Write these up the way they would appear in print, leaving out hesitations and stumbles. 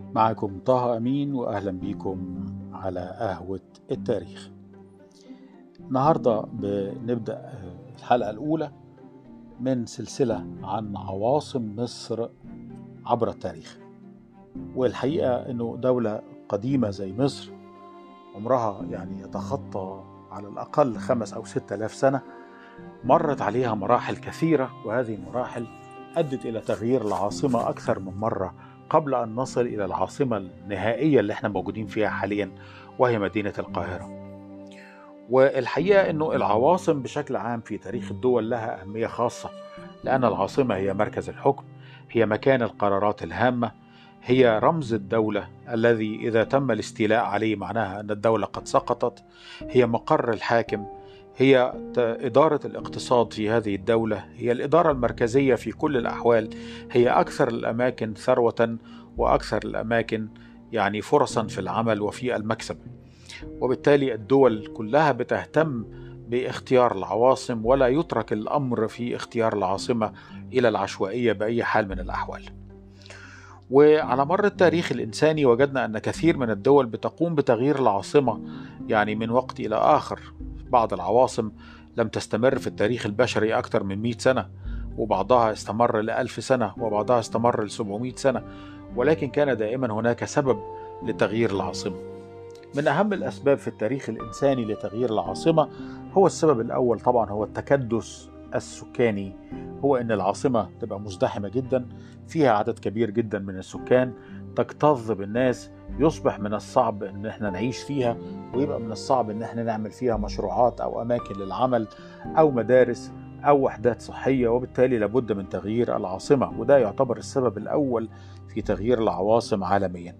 معكم طه أمين، وأهلا بكم على قهوة التاريخ. النهاردة بنبدأ الحلقة الأولى من سلسلة عن عواصم مصر عبر التاريخ. والحقيقة أنه دولة قديمة زي مصر عمرها يتخطى على الأقل 5 أو 6 آلاف سنة، مرت عليها مراحل كثيرة، وهذه المراحل أدت إلى تغيير العاصمة أكثر من مرة قبل أن نصل إلى العاصمة النهائية اللي احنا موجودين فيها حاليا، وهي مدينة القاهرة. والحقيقة أنه العواصم بشكل عام في تاريخ الدول لها أهمية خاصة، لأن العاصمة هي مركز الحكم، هي مكان القرارات الهامة، هي رمز الدولة الذي إذا تم الاستيلاء عليه معناها أن الدولة قد سقطت، هي مقر الحاكم، هي إدارة الاقتصاد في هذه الدولة، هي الإدارة المركزية في كل الأحوال، هي أكثر الأماكن ثروة وأكثر الأماكن فرصا في العمل وفي المكسب. وبالتالي الدول كلها بتهتم باختيار العواصم، ولا يترك الأمر في اختيار العاصمة إلى العشوائية بأي حال من الأحوال. وعلى مر التاريخ الإنساني وجدنا أن كثير من الدول بتقوم بتغيير العاصمة من وقت إلى آخر. بعض العواصم لم تستمر في التاريخ البشري أكثر من 100 سنة، وبعضها استمر ل1000 سنة، وبعضها استمر ل700 سنة، ولكن كان دائما هناك سبب لتغيير العاصمة. من أهم الأسباب في التاريخ الإنساني لتغيير العاصمة هو السبب الأول طبعا هو التكدس السكاني، هو أن العاصمة تبقى مزدحمة جدا، فيها عدد كبير جدا من السكان، تكتظ بالناس، يصبح من الصعب أن احنا نعيش فيها، ويبقى من الصعب أن احنا نعمل فيها مشروعات أو أماكن للعمل أو مدارس أو وحدات صحية، وبالتالي لابد من تغيير العاصمة، وده يعتبر السبب الأول في تغيير العواصم عالميا.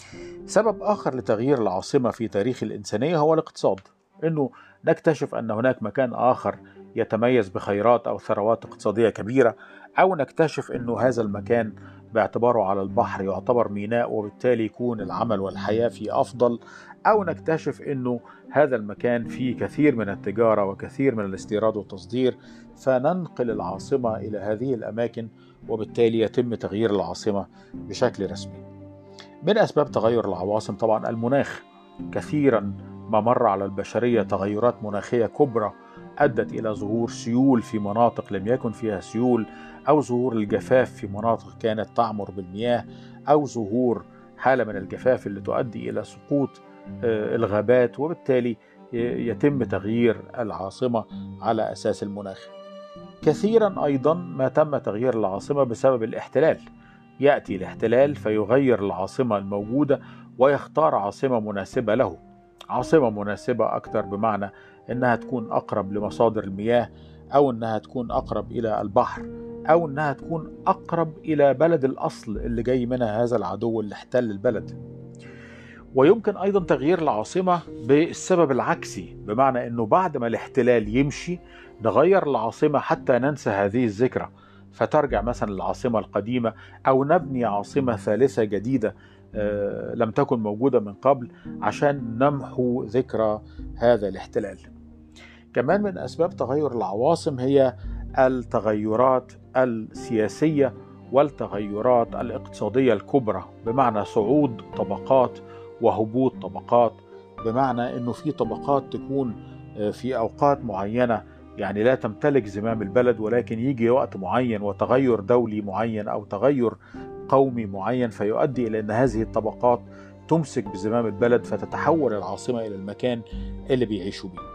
سبب آخر لتغيير العاصمة في تاريخ الإنسانية هو الاقتصاد، أنه نكتشف أن هناك مكان آخر يتميز بخيرات أو ثروات اقتصادية كبيرة، أو نكتشف أنه هذا المكان باعتباره على البحر يعتبر ميناء، وبالتالي يكون العمل والحياة فيه أفضل، أو نكتشف أنه هذا المكان فيه كثير من التجارة وكثير من الاستيراد والتصدير، فننقل العاصمة إلى هذه الأماكن، وبالتالي يتم تغيير العاصمة بشكل رسمي. من أسباب تغير العواصم طبعا المناخ. كثيرا ما مر على البشرية تغيرات مناخية كبرى أدت إلى ظهور سيول في مناطق لم يكن فيها سيول، أو ظهور الجفاف في مناطق كانت تعمر بالمياه، أو ظهور حالة من الجفاف اللي تؤدي إلى سقوط الغابات، وبالتالي يتم تغيير العاصمة على أساس المناخ. كثيرا أيضا ما تم تغيير العاصمة بسبب الاحتلال. يأتي الاحتلال فيغير العاصمة الموجودة ويختار عاصمة مناسبة له، عاصمة مناسبة أكثر بمعنى أنها تكون أقرب لمصادر المياه، أو أنها تكون أقرب إلى البحر، أو أنها تكون أقرب إلى بلد الأصل اللي جاي منها هذا العدو اللي احتل البلد. ويمكن أيضا تغيير العاصمة بالسبب العكسي، بمعنى أنه بعد ما الاحتلال يمشي نغير العاصمة حتى ننسى هذه الذكرى، فترجع مثلا العاصمة القديمة، أو نبني عاصمة ثالثة جديدة لم تكن موجودة من قبل عشان نمحو ذكرى هذا الاحتلال. كمان من أسباب تغير العواصم هي التغيرات السياسية والتغيرات الاقتصادية الكبرى، بمعنى صعود طبقات وهبوط طبقات، بمعنى أنه في طبقات تكون في أوقات معينة لا تمتلك زمام البلد، ولكن يجي وقت معين وتغير دولي معين أو تغير قومي معين فيؤدي إلى أن هذه الطبقات تمسك بزمام البلد، فتتحول العاصمة إلى المكان اللي بيعيشوا بيه.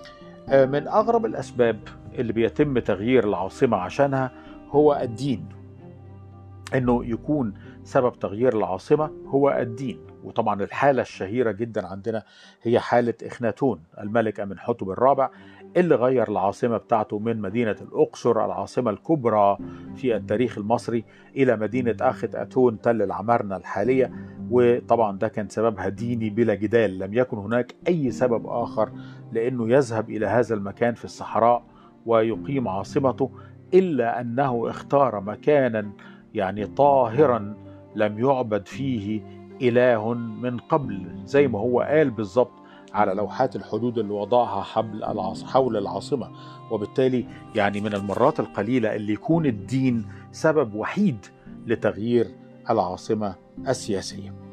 من أغرب الأسباب اللي بيتم تغيير العاصمة عشانها هو الدين، أنه يكون سبب تغيير العاصمة هو الدين. وطبعا الحالة الشهيرة جدا عندنا هي حالة إخناتون الملك أمنحتب الرابع، اللي غير العاصمة بتاعته من مدينة الأقصر العاصمة الكبرى في التاريخ المصري إلى مدينة آخت أتون تل العمارنة الحالية. وطبعا ده كان سببها ديني بلا جدال، لم يكن هناك أي سبب آخر لأنه يذهب إلى هذا المكان في الصحراء ويقيم عاصمته، إلا أنه اختار مكانا طاهرا لم يعبد فيه إله من قبل، زي ما هو قال بالضبط على لوحات الحدود اللي وضعها حول العاصمة. وبالتالي من المرات القليلة اللي يكون الدين سبب وحيد لتغيير العاصمة السياسية.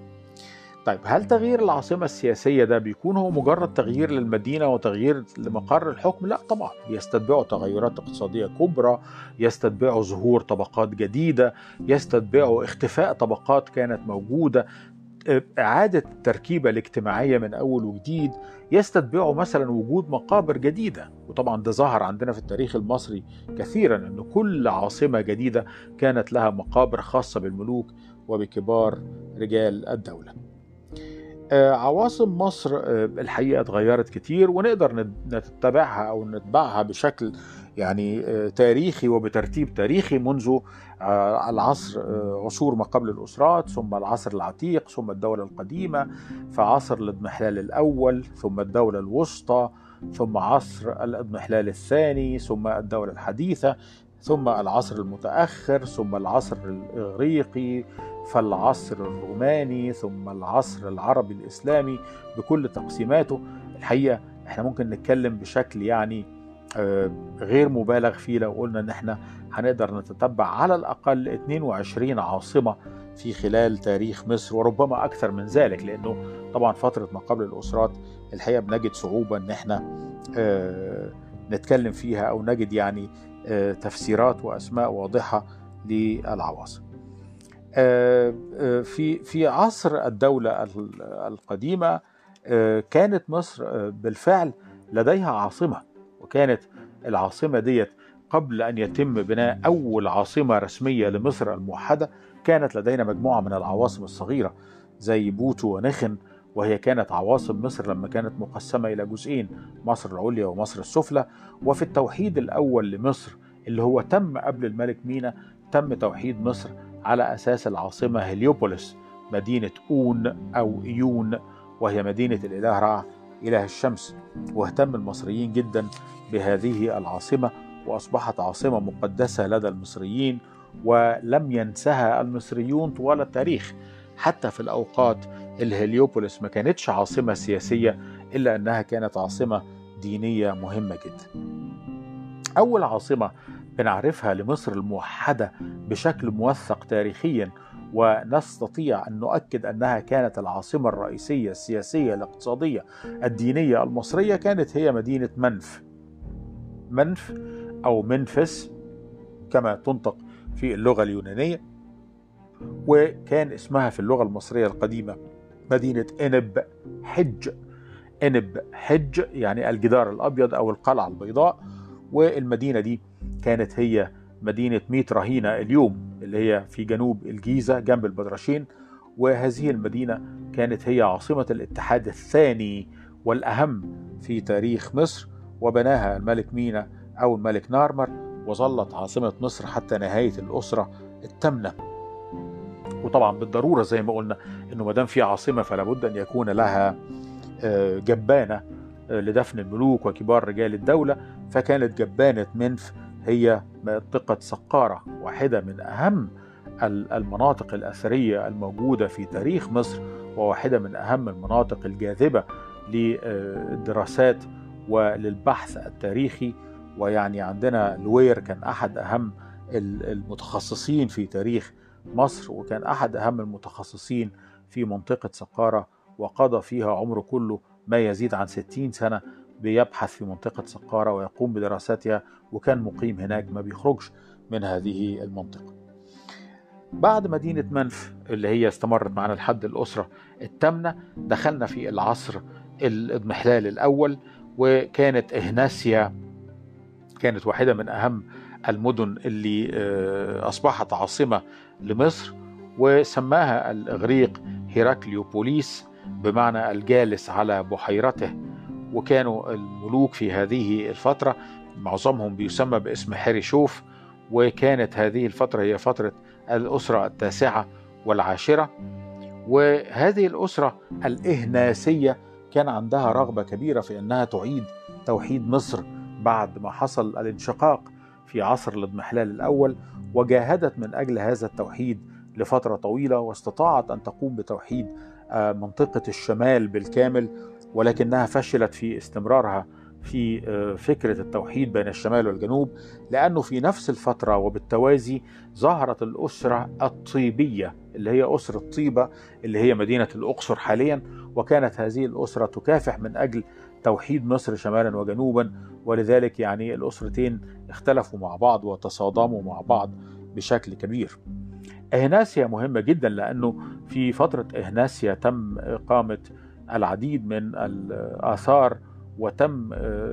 طيب هل تغيير العاصمة السياسية ده بيكون هو مجرد تغيير للمدينة وتغيير لمقر الحكم؟ لا طبعا، يستتبعه تغيرات اقتصادية كبرى، يستتبعه ظهور طبقات جديدة، يستتبعه اختفاء طبقات كانت موجودة، إعادة التركيبة الاجتماعية من أول وجديد، يستتبعه مثلا وجود مقابر جديدة. وطبعا ده ظهر عندنا في التاريخ المصري كثيرا، أن كل عاصمة جديدة كانت لها مقابر خاصة بالملوك وبكبار رجال الدولة. عواصم مصر الحقيقة اتغيرت كتير، ونقدر نتبعها أو نتبعها بشكل يعني تاريخي وبترتيب تاريخي منذ العصر عصور ما قبل الأسرات، ثم العصر العتيق، ثم الدولة القديمة، فعصر الاضمحلال الأول، ثم الدولة الوسطى، ثم عصر الاضمحلال الثاني، ثم الدولة الحديثة، ثم العصر المتأخر، ثم العصر الإغريقي، فالعصر الروماني، ثم العصر العربي الإسلامي بكل تقسيماته. الحقيقة احنا ممكن نتكلم بشكل يعني غير مبالغ فيه لو قلنا ان احنا هنقدر نتتبع على الأقل 22 عاصمة في خلال تاريخ مصر، وربما أكثر من ذلك، لأنه طبعا فترة ما قبل الأسرات الحقيقة بنجد صعوبة ان احنا نتكلم فيها أو نجد يعني تفسيرات وأسماء واضحة للعواصم. في عصر الدولة القديمة كانت مصر بالفعل لديها عاصمة، وكانت العاصمة ديت قبل أن يتم بناء أول عاصمة رسمية لمصر الموحدة كانت لدينا مجموعة من العواصم الصغيرة زي بوتو ونخن، وهي كانت عواصم مصر لما كانت مقسمة إلى جزئين، مصر العليا ومصر السفلى. وفي التوحيد الأول لمصر اللي هو تم قبل الملك مينا، تم توحيد مصر على أساس العاصمة هليوبوليس، مدينة أون أو إيون، وهي مدينة الإله رع إله الشمس. واهتم المصريين جدا بهذه العاصمة، وأصبحت عاصمة مقدسة لدى المصريين، ولم ينسها المصريون طوال التاريخ. حتى في الأوقات الهليوبوليس ما كانتش عاصمة سياسية، إلا أنها كانت عاصمة دينية مهمة جدا. أول عاصمة بنعرفها لمصر الموحدة بشكل موثق تاريخيا، ونستطيع أن نؤكد أنها كانت العاصمة الرئيسية السياسية الاقتصادية الدينية المصرية، كانت هي مدينة منف أو منفس كما تنطق في اللغة اليونانية، وكان اسمها في اللغة المصرية القديمة مدينة إنب حج يعني الجدار الأبيض أو القلعة البيضاء. والمدينة دي كانت هي مدينة ميت رهينة اليوم، اللي هي في جنوب الجيزة جنب البدرشين. وهذه المدينة كانت هي عاصمة الاتحاد الثاني والأهم في تاريخ مصر، وبناها الملك مينا أو الملك نارمر، وظلت عاصمة مصر حتى نهاية الأسرة الثامنة. وطبعا بالضرورة زي ما قلنا إنه مدام في عاصمة فلا بد أن يكون لها جبانة لدفن الملوك وكبار رجال الدولة، فكانت جبانة منف هي منطقة سقارة، واحدة من أهم المناطق الأثرية الموجودة في تاريخ مصر، وواحدة من أهم المناطق الجاذبة للدراسات وللبحث التاريخي. ويعني عندنا لوير كان أحد أهم المتخصصين في تاريخ مصر، وكان أحد أهم المتخصصين في منطقة سقارة، وقضى فيها عمره كله ما يزيد عن 60 سنة بيبحث في منطقة سقارة ويقوم بدراساتها، وكان مقيم هناك ما بيخرجش من هذه المنطقة. بعد مدينة منف اللي هي استمرت معنا لحد الأسرة الثامنة، دخلنا في العصر الاضمحلال الأول، وكانت إهناسيا كانت واحدة من أهم المدن اللي أصبحت عاصمة لمصر، وسماها الإغريق هيراكليوبوليس بمعنى الجالس على بحيرته. وكانوا الملوك في هذه الفترة معظمهم بيسمى باسم حريشوف، وكانت هذه الفترة هي فترة الأسرة التاسعة والعاشرة. وهذه الأسرة الإهناسية كان عندها رغبة كبيرة في أنها تعيد توحيد مصر بعد ما حصل الانشقاق في عصر الاضمحلال الأول، وجاهدت من أجل هذا التوحيد لفترة طويلة، واستطاعت أن تقوم بتوحيد منطقة الشمال بالكامل، ولكنها فشلت في استمرارها في فكرة التوحيد بين الشمال والجنوب، لأنه في نفس الفترة وبالتوازي ظهرت الأسرة الطيبية اللي هي أسرة طيبة اللي هي مدينة الأقصر حاليا، وكانت هذه الأسرة تكافح من أجل توحيد مصر شمالا وجنوبا، ولذلك يعني الأسرتين اختلفوا مع بعض وتصادموا مع بعض بشكل كبير. إهناسيا مهمة جدا، لأنه في فترة إهناسيا تم إقامة العديد من الآثار وتم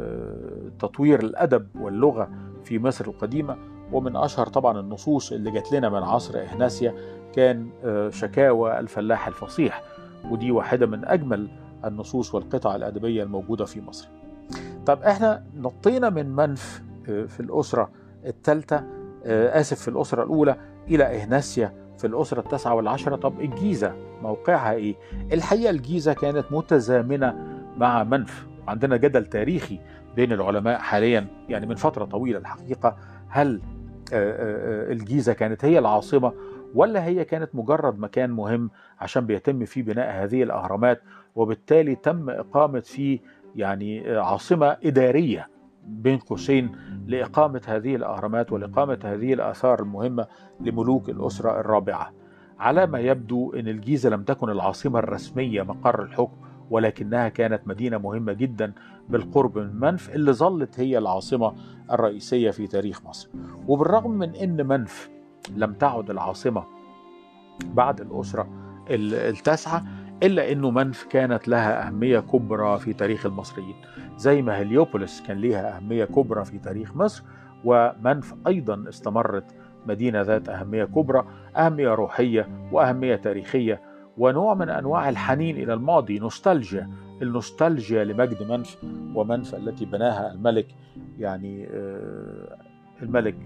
تطوير الأدب واللغة في مصر القديمة. ومن أشهر طبعا النصوص اللي جات لنا من عصر إهناسيا كان شكاوى الفلاح الفصيح، ودي واحدة من أجمل النصوص والقطع الأدبية الموجودة في مصر. طب احنا نطينا من منف في الأسرة الثالثة، في الأسرة الأولى إلى إهناسيا في الأسرة التاسعة والعشرة. طب الجيزة موقعها إيه؟ الحقيقة الجيزة كانت متزامنة مع منف. عندنا جدل تاريخي بين العلماء حاليا يعني من فترة طويلة الحقيقة، هل الجيزة كانت هي العاصمة ولا هي كانت مجرد مكان مهم عشان بيتم فيه بناء هذه الأهرامات، وبالتالي تم إقامة فيه يعني عاصمة إدارية بين قوسين لإقامة هذه الأهرامات ولإقامة هذه الآثار المهمة لملوك الأسرة الرابعة. على ما يبدو أن الجيزة لم تكن العاصمة الرسمية مقر الحكم، ولكنها كانت مدينة مهمة جدا بالقرب من منف اللي ظلت هي العاصمة الرئيسية في تاريخ مصر. وبالرغم من أن منف لم تعد العاصمة بعد الأسرة التاسعة، إلا أنه منف كانت لها أهمية كبرى في تاريخ المصريين، زي ما هليوبوليس كان لها أهمية كبرى في تاريخ مصر، ومنف أيضا استمرت مدينة ذات أهمية كبرى، أهمية روحية وأهمية تاريخية ونوع من أنواع الحنين إلى الماضي، نوستالجيا، النوستالجيا لمجد منف، ومنف التي بناها الملك يعني الملك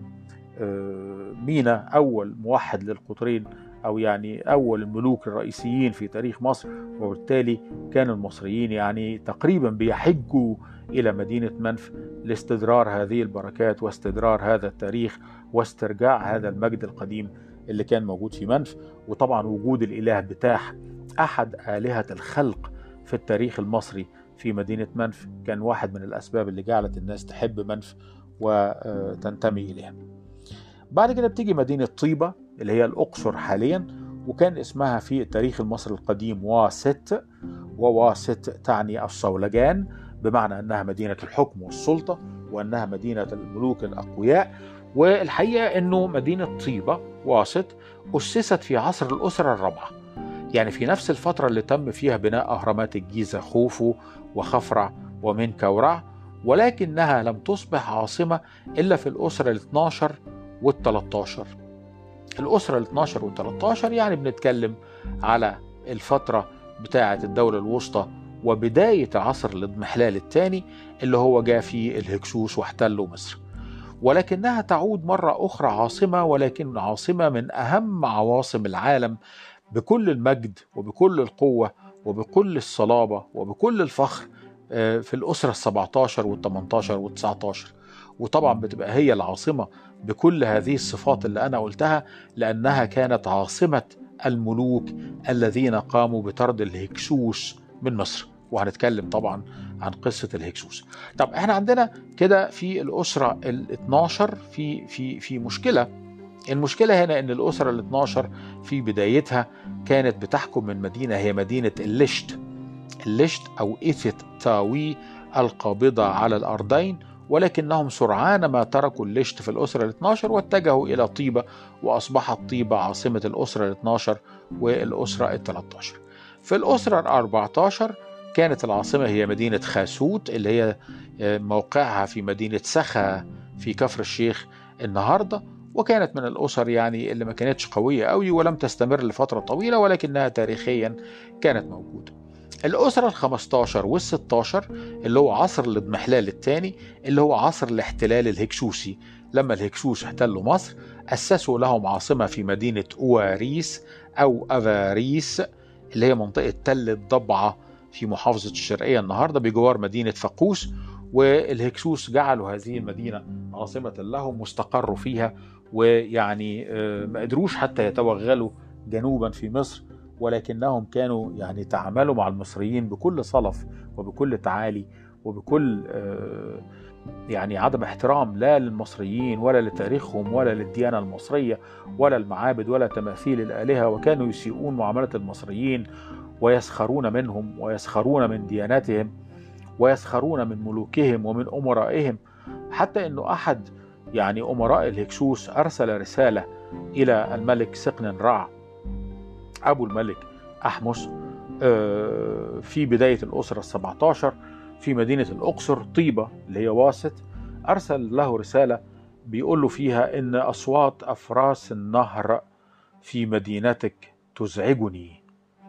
مينا، أول موحد للقطرين أو يعني أول الملوك الرئيسيين في تاريخ مصر. وبالتالي كان المصريين يعني تقريبا بيحجوا إلى مدينة منف لاستدرار هذه البركات واستدرار هذا التاريخ واسترجاع هذا المجد القديم اللي كان موجود في منف. وطبعا وجود الإله بتاح، أحد آلهة الخلق في التاريخ المصري، في مدينة منف كان واحد من الأسباب اللي جعلت الناس تحب منف وتنتمي إليها. بعد كده بتيجي مدينة طيبة اللي هي الأقصر حاليا، وكان اسمها في التاريخ المصري القديم واست، وواست تعني الصولجان، بمعنى أنها مدينة الحكم والسلطة وأنها مدينة الملوك الأقوياء. والحقيقة أنه مدينة طيبة واست أسست في عصر الأسرة الرابعة، يعني في نفس الفترة اللي تم فيها بناء أهرامات الجيزة خوفو وخفرع ومنكا ورع، ولكنها لم تصبح عاصمة إلا في الأسرة ال12 وال13. الأسرة ال12 وال13 يعني بنتكلم على الفترة بتاعة الدولة الوسطى وبداية عصر الاضمحلال الثاني اللي هو جاء فيه الهكسوس واحتلوا مصر. ولكنها تعود مرة أخرى عاصمة، ولكن عاصمة من أهم عواصم العالم بكل المجد وبكل القوة وبكل الصلابة وبكل الفخر في الأسرة ال17 وال18 وال19. وطبعا بتبقى هي العاصمة بكل هذه الصفات اللي أنا قلتها، لأنها كانت عاصمة الملوك الذين قاموا بطرد الهكسوس من مصر، وهنتكلم طبعا عن قصة الهكسوس. طب احنا عندنا كده في الأسرة ال12 في مشكلة. المشكلة هنا ان الأسرة ال12 في بدايتها كانت بتحكم من مدينة هي مدينة الليشت أو إيثت تاوي القابضة على الأرضين، ولكنهم سرعان ما تركوا الليشت في الأسرة ال12 واتجهوا إلى طيبة، وأصبحت طيبة عاصمة الأسرة ال12 والأسرة ال13. في الأسرة ال14 كانت العاصمة هي مدينة خاسوت اللي هي موقعها في مدينة سخا في كفر الشيخ النهاردة، وكانت من الأسر يعني اللي ما كانتش قوية قوي ولم تستمر لفترة طويلة، ولكنها تاريخيا كانت موجودة. الأسرة ال15 وال16 اللي هو عصر الاضمحلال الثاني اللي هو عصر الاحتلال الهكسوسي، لما الهكسوس احتلوا مصر أسسوا لهم عاصمة في مدينة أواريس أو أفاريس اللي هي منطقة تل الضبعة في محافظة الشرقية النهاردة بجوار مدينة فقوس. والهكسوس جعلوا هذه المدينة عاصمة لهم واستقروا فيها، ويعني ما قدروش حتى يتوغلوا جنوبا في مصر، ولكنهم كانوا يعني تعاملوا مع المصريين بكل صلف وبكل تعالي وبكل يعني عدم احترام لا للمصريين ولا لتاريخهم ولا للديانة المصرية ولا المعابد ولا تماثيل الآلهة، وكانوا يسيئون معاملة المصريين ويسخرون منهم ويسخرون من دياناتهم ويسخرون من ملوكهم ومن أمرائهم، حتى أنه أحد يعني أمراء الهكسوس أرسل رسالة إلى الملك سقن رع أبو الملك أحمس في بداية الأسرة 17 في مدينة الأقصر طيبة اللي هي واسط. أرسل له رسالة بيقول له فيها إن أصوات أفراس النهر في مدينتك تزعجني،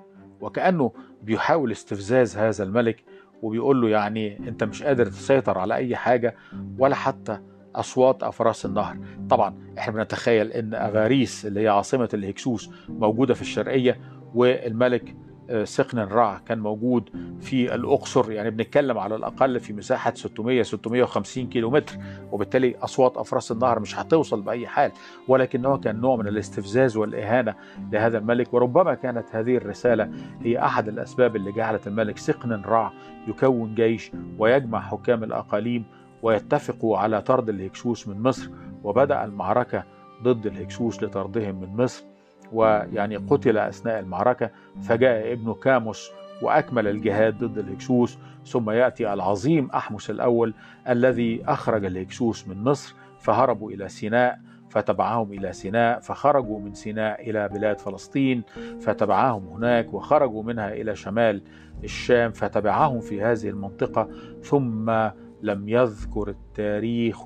وكأنه بيحاول استفزاز هذا الملك وبيقول له يعني أنت مش قادر تسيطر على أي حاجة ولا حتى أصوات أفراس النهر. طبعا احنا بنتخيل أن أفاريس اللي هي عاصمة الهكسوس موجودة في الشرقية، والملك سقن رع كان موجود في الأقصر، يعني بنتكلم على الأقل في مساحة 600-650 كيلومتر، وبالتالي أصوات أفراس النهر مش هتوصل بأي حال، ولكنه كان نوع من الاستفزاز والإهانة لهذا الملك. وربما كانت هذه الرسالة هي أحد الأسباب اللي جعلت الملك سقن رع يكون جيش ويجمع حكام الأقاليم ويتفقوا على طرد الهكسوس من مصر، وبدأ المعركة ضد الهكسوس لطردهم من مصر. ويعني قتل أثناء المعركة، فجاء ابنه كاموس وأكمل الجهاد ضد الهكسوس، ثم يأتي العظيم أحمس الأول الذي أخرج الهكسوس من مصر، فهربوا إلى سيناء فتبعهم إلى سيناء، فخرجوا من سيناء إلى بلاد فلسطين فتبعهم هناك، وخرجوا منها إلى شمال الشام فتبعهم في هذه المنطقة، ثم لم يذكر التاريخ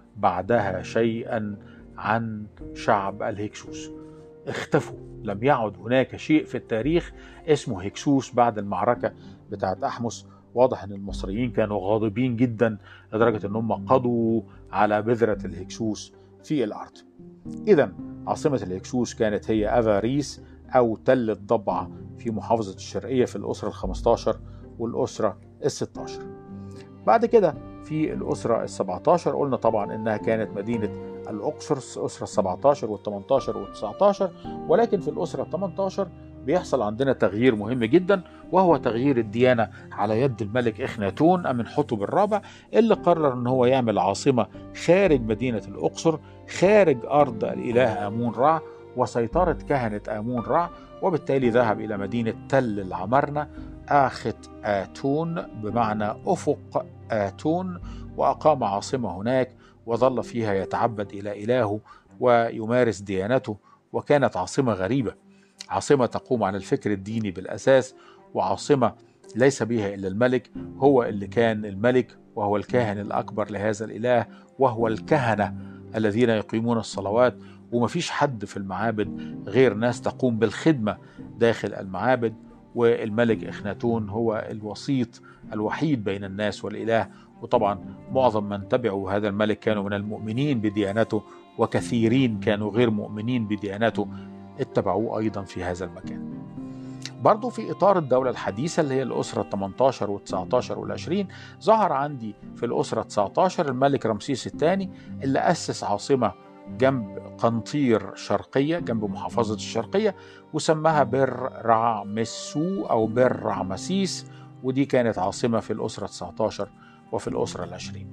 بعدها شيئا عن شعب الهكسوس. اختفوا، لم يعد هناك شيء في التاريخ اسمه هكسوس بعد المعركة بتاعت أحمس. واضح أن المصريين كانوا غاضبين جدا لدرجة أنهم قضوا على بذرة الهكسوس في الأرض. إذن عاصمة الهكسوس كانت هي أفاريس أو تل الضبع في محافظة الشرقية في الأسرة 15 والأسرة 16. بعد كده في الأسرة 17 قلنا طبعا إنها كانت مدينة الأقصر، الأسرة 17 وال18 وال19، ولكن في الأسرة 18 بيحصل عندنا تغيير مهم جدا، وهو تغيير الديانة على يد الملك إخناتون أمنحتب الرابع، اللي قرر إن هو يعمل عاصمة خارج مدينة الأقصر، خارج أرض الإله آمون رع وسيطرة كهنة آمون رع، وبالتالي ذهب إلى مدينة تل العمرنة آخت آتون بمعنى أفق آتون، وأقام عاصمة هناك وظل فيها يتعبد إلى إلهه ويمارس ديانته. وكانت عاصمة غريبة، عاصمة تقوم على الفكر الديني بالأساس، وعاصمة ليس بها إلا الملك، هو اللي كان الملك وهو الكاهن الأكبر لهذا الإله، وهو الكهنة الذين يقيمون الصلوات، ومفيش حد في المعابد غير ناس تقوم بالخدمة داخل المعابد، والملك إخناتون هو الوسيط الوحيد بين الناس والإله. وطبعا معظم من تبعوا هذا الملك كانوا من المؤمنين بديانته، وكثيرين كانوا غير مؤمنين بديانته اتبعوه أيضا في هذا المكان. برضو في إطار الدولة الحديثة اللي هي الأسرة 18 و19 وال20، ظهر عندي في الأسرة 19 الملك رمسيس الثاني اللي أسس عاصمة جنب قنطير شرقية، جنب محافظة الشرقية، وسماها بر رعمسو أو بر رعمسيس، ودي كانت عاصمة في الأسرة 19 وفي الأسرة 20.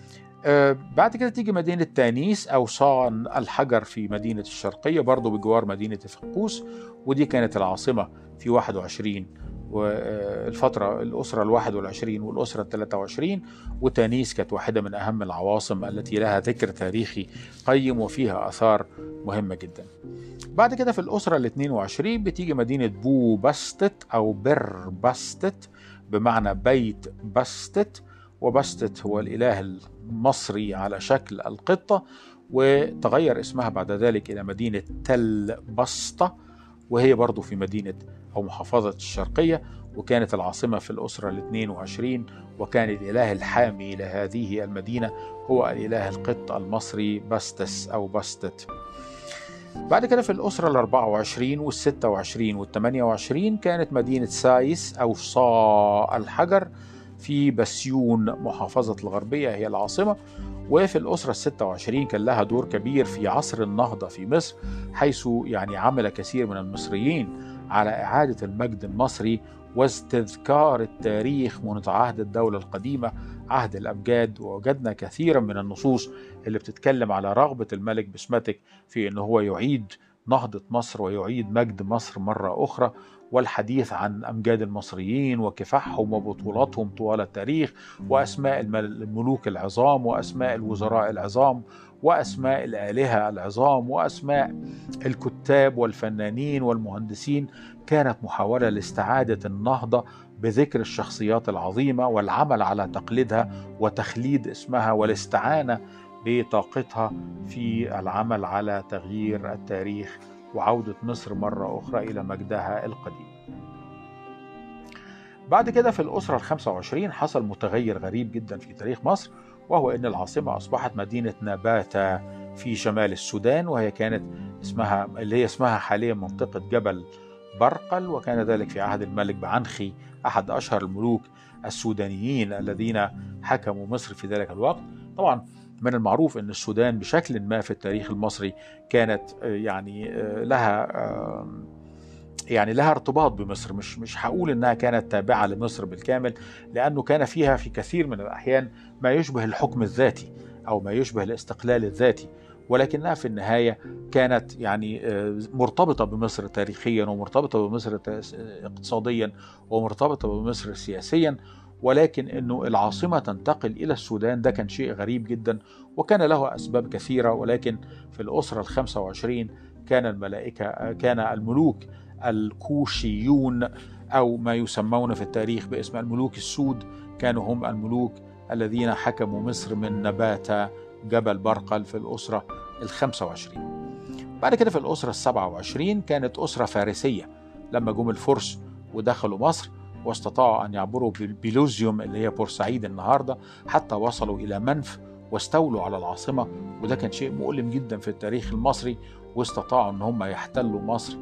بعد كده تيجي مدينة تانيس أو صان الحجر في مدينة الشرقية برضو بجوار مدينة فقوس، ودي كانت العاصمة في 21 والفترة الأسرة 21 والأسرة 23. وتانيس كانت واحدة من أهم العواصم التي لها ذكر تاريخي قيم وفيها آثار مهمة جدا. بعد كده في الأسرة 22 بتيجي مدينة بو بستت أو بر بستت بمعنى بيت بستت، وبستت هو الإله المصري على شكل القطة، وتغير اسمها بعد ذلك إلى مدينة تل بسطة، وهي برضو في مدينة أو محافظة الشرقية، وكانت العاصمة في الأسرة 22. وكان الإله الحامي لهذه المدينة هو الإله القط المصري بستس أو بستت. بعد كده في الأسرة 24 وال26 وال28 كانت مدينة سايس أو صا الحجر في بسيون محافظة الغربية هي العاصمة. وفي الأسرة 26 كان لها دور كبير في عصر النهضة في مصر، حيث يعني عمل كثير من المصريين على إعادة المجد المصري واستذكار التاريخ منذ عهد الدولة القديمة، عهد الأمجاد. ووجدنا كثيرا من النصوص اللي بتتكلم على رغبة الملك بسمتك في أنه هو يعيد نهضة مصر ويعيد مجد مصر مرة أخرى، والحديث عن أمجاد المصريين وكفاحهم وبطولاتهم طوال التاريخ، وأسماء الملوك العظام، وأسماء الوزراء العظام، وأسماء الآلهة العظام، وأسماء الكتاب والفنانين والمهندسين. كانت محاولة لاستعادة النهضة بذكر الشخصيات العظيمة والعمل على تقليدها وتخليد اسمها والاستعانة بطاقتها في العمل على تغيير التاريخ وعودة مصر مرة أخرى إلى مجدها القديم. بعد كده في الأسرة ال25 حصل متغير غريب جدا في تاريخ مصر، وهو أن العاصمة أصبحت مدينة نباتة في شمال السودان، وهي كانت اسمها حاليا منطقة جبل برقل، وكان ذلك في عهد الملك بعنخي أحد أشهر الملوك السودانيين الذين حكموا مصر في ذلك الوقت. طبعا من المعروف أن السودان بشكل ما في التاريخ المصري كانت لها ارتباط بمصر. مش هقول انها كانت تابعة لمصر بالكامل، لانه كان فيها في كثير من الاحيان ما يشبه الحكم الذاتي او ما يشبه الاستقلال الذاتي، ولكنها في النهاية كانت مرتبطة بمصر تاريخيا، ومرتبطة بمصر اقتصاديا، ومرتبطة بمصر سياسيا. ولكن انه العاصمة تنتقل الى السودان ده كان شيء غريب جدا، وكان له اسباب كثيرة. ولكن في الاسرة ال25 كان الملوك الكوشيون، أو ما يسمون في التاريخ باسم الملوك السود، كانوا هم الملوك الذين حكموا مصر من نباتة جبل برقل في الأسرة ال25. بعد كده في الأسرة ال27 كانت أسرة فارسية، لما جم الفرس ودخلوا مصر واستطاعوا أن يعبروا بالبيلوزيوم اللي هي بورسعيد النهاردة حتى وصلوا إلى منف واستولوا على العاصمة، وده كان شيء مؤلم جدا في التاريخ المصري. واستطاعوا أن هم يحتلوا مصر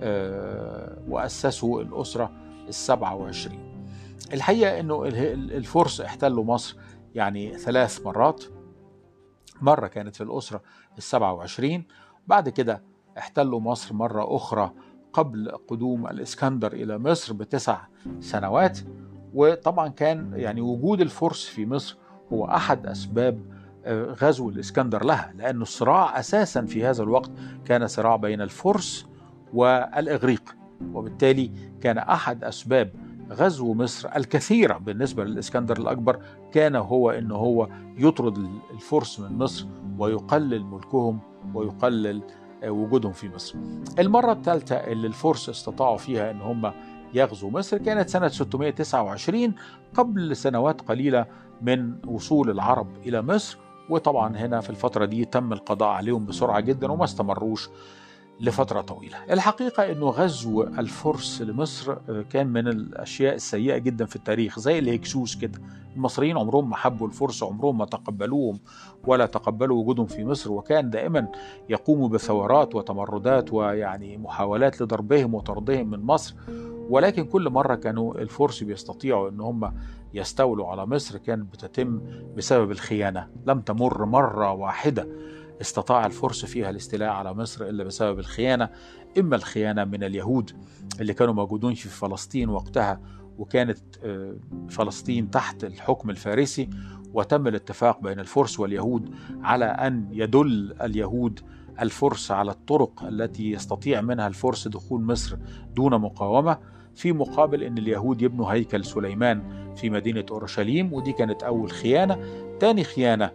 وأسسوا الأسرة ال27. الحقيقة أنه الفرس احتلوا مصر 3 مرات. مرة كانت في الأسرة ال27، بعد كده احتلوا مصر مرة أخرى قبل قدوم الإسكندر إلى مصر ب9 سنوات. وطبعا كان وجود الفرس في مصر هو أحد أسباب غزو الإسكندر لها، لأن الصراع أساسا في هذا الوقت كان صراع بين الفرس والإغريق، وبالتالي كان أحد أسباب غزو مصر الكثيرة بالنسبة للإسكندر الأكبر كان هو أنه هو يطرد الفرس من مصر ويقلل ملكهم ويقلل وجودهم في مصر. المرة الثالثة اللي الفرس استطاعوا فيها أن هم يغزو مصر كانت سنة 629، قبل سنوات قليلة من وصول العرب إلى مصر. وطبعا هنا في الفترة دي تم القضاء عليهم بسرعة جدا وما استمروش لفترة طويلة. الحقيقة أنه غزو الفرس لمصر كان من الأشياء السيئة جدا في التاريخ، زي الهكسوس كده. المصريين عمرهم ما حبوا الفرس، عمرهم ما تقبلوهم ولا تقبلوا وجودهم في مصر، وكان دائما يقوموا بثورات وتمردات محاولات لضربهم وطردهم من مصر. ولكن كل مرة كانوا الفرس بيستطيعوا أن هم يستولوا على مصر كانت بتتم بسبب الخيانة. لم تمر مرة واحدة استطاع الفرس فيها الاستيلاء على مصر إلا بسبب الخيانة، إما الخيانة من اليهود اللي كانوا موجودين في فلسطين وقتها، وكانت فلسطين تحت الحكم الفارسي، وتم الاتفاق بين الفرس واليهود على أن يدل اليهود الفرس على الطرق التي يستطيع منها الفرس دخول مصر دون مقاومة، في مقابل أن اليهود يبنوا هيكل سليمان في مدينة أورشليم. ودي كانت أول خيانة. تاني خيانة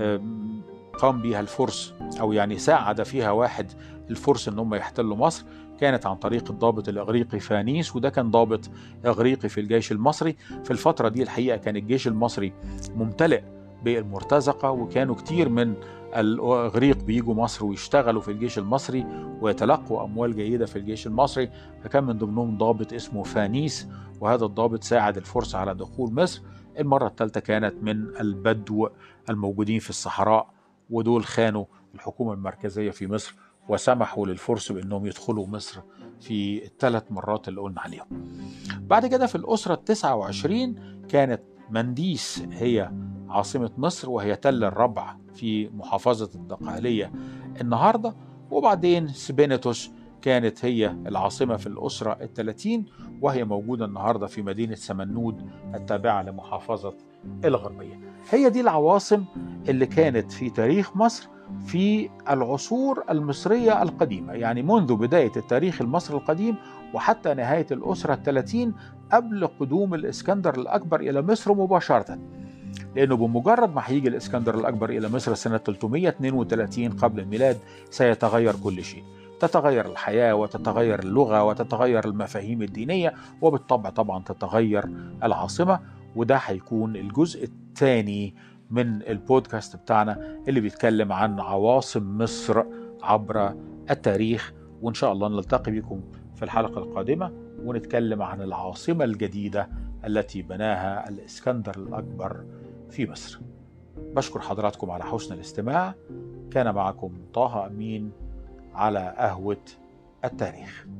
قام بها الفرس أو ساعد فيها واحد الفرس أن هم يحتلوا مصر، كانت عن طريق الضابط الإغريقي فانيس، وده كان ضابط إغريقي في الجيش المصري. في الفترة دي الحقيقة كان الجيش المصري ممتلئ بالمرتزقة، وكانوا كتير من الإغريق بيجوا مصر ويشتغلوا في الجيش المصري ويتلقوا أموال جيدة في الجيش المصري، فكان من ضمنهم ضابط اسمه فانيس، وهذا الضابط ساعد الفرس على دخول مصر. المرة الثالثة كانت من البدو الموجودين في الصحراء، ودول خانوا الحكومة المركزية في مصر وسمحوا للفرس بأنهم يدخلوا مصر في ال3 مرات اللي قلنا عليهم. بعد كده في الأسرة ال29 كانت منديس هي عاصمة مصر، وهي تل الربع في محافظة الدقهلية النهاردة. وبعدين سبينتوس كانت هي العاصمة في الأسرة 30، وهي موجودة النهاردة في مدينة سمنود التابعة لمحافظة الغربية. هي دي العواصم اللي كانت في تاريخ مصر في العصور المصرية القديمة، يعني منذ بداية التاريخ المصري القديم وحتى نهاية الأسرة 30 قبل قدوم الإسكندر الأكبر إلى مصر مباشرة. لأنه بمجرد ما هيجي الإسكندر الأكبر إلى مصر سنة 332 قبل الميلاد سيتغير كل شيء، تتغير الحياة وتتغير اللغة وتتغير المفاهيم الدينية، وبالطبع طبعا تتغير العاصمة. وده هيكون الجزء الثاني من البودكاست بتاعنا اللي بيتكلم عن عواصم مصر عبر التاريخ. وإن شاء الله نلتقي بكم في الحلقة القادمة ونتكلم عن العاصمة الجديدة التي بناها الإسكندر الأكبر في مصر. بشكر حضراتكم على حسن الاستماع. كان معكم طه أمين على قهوة التاريخ.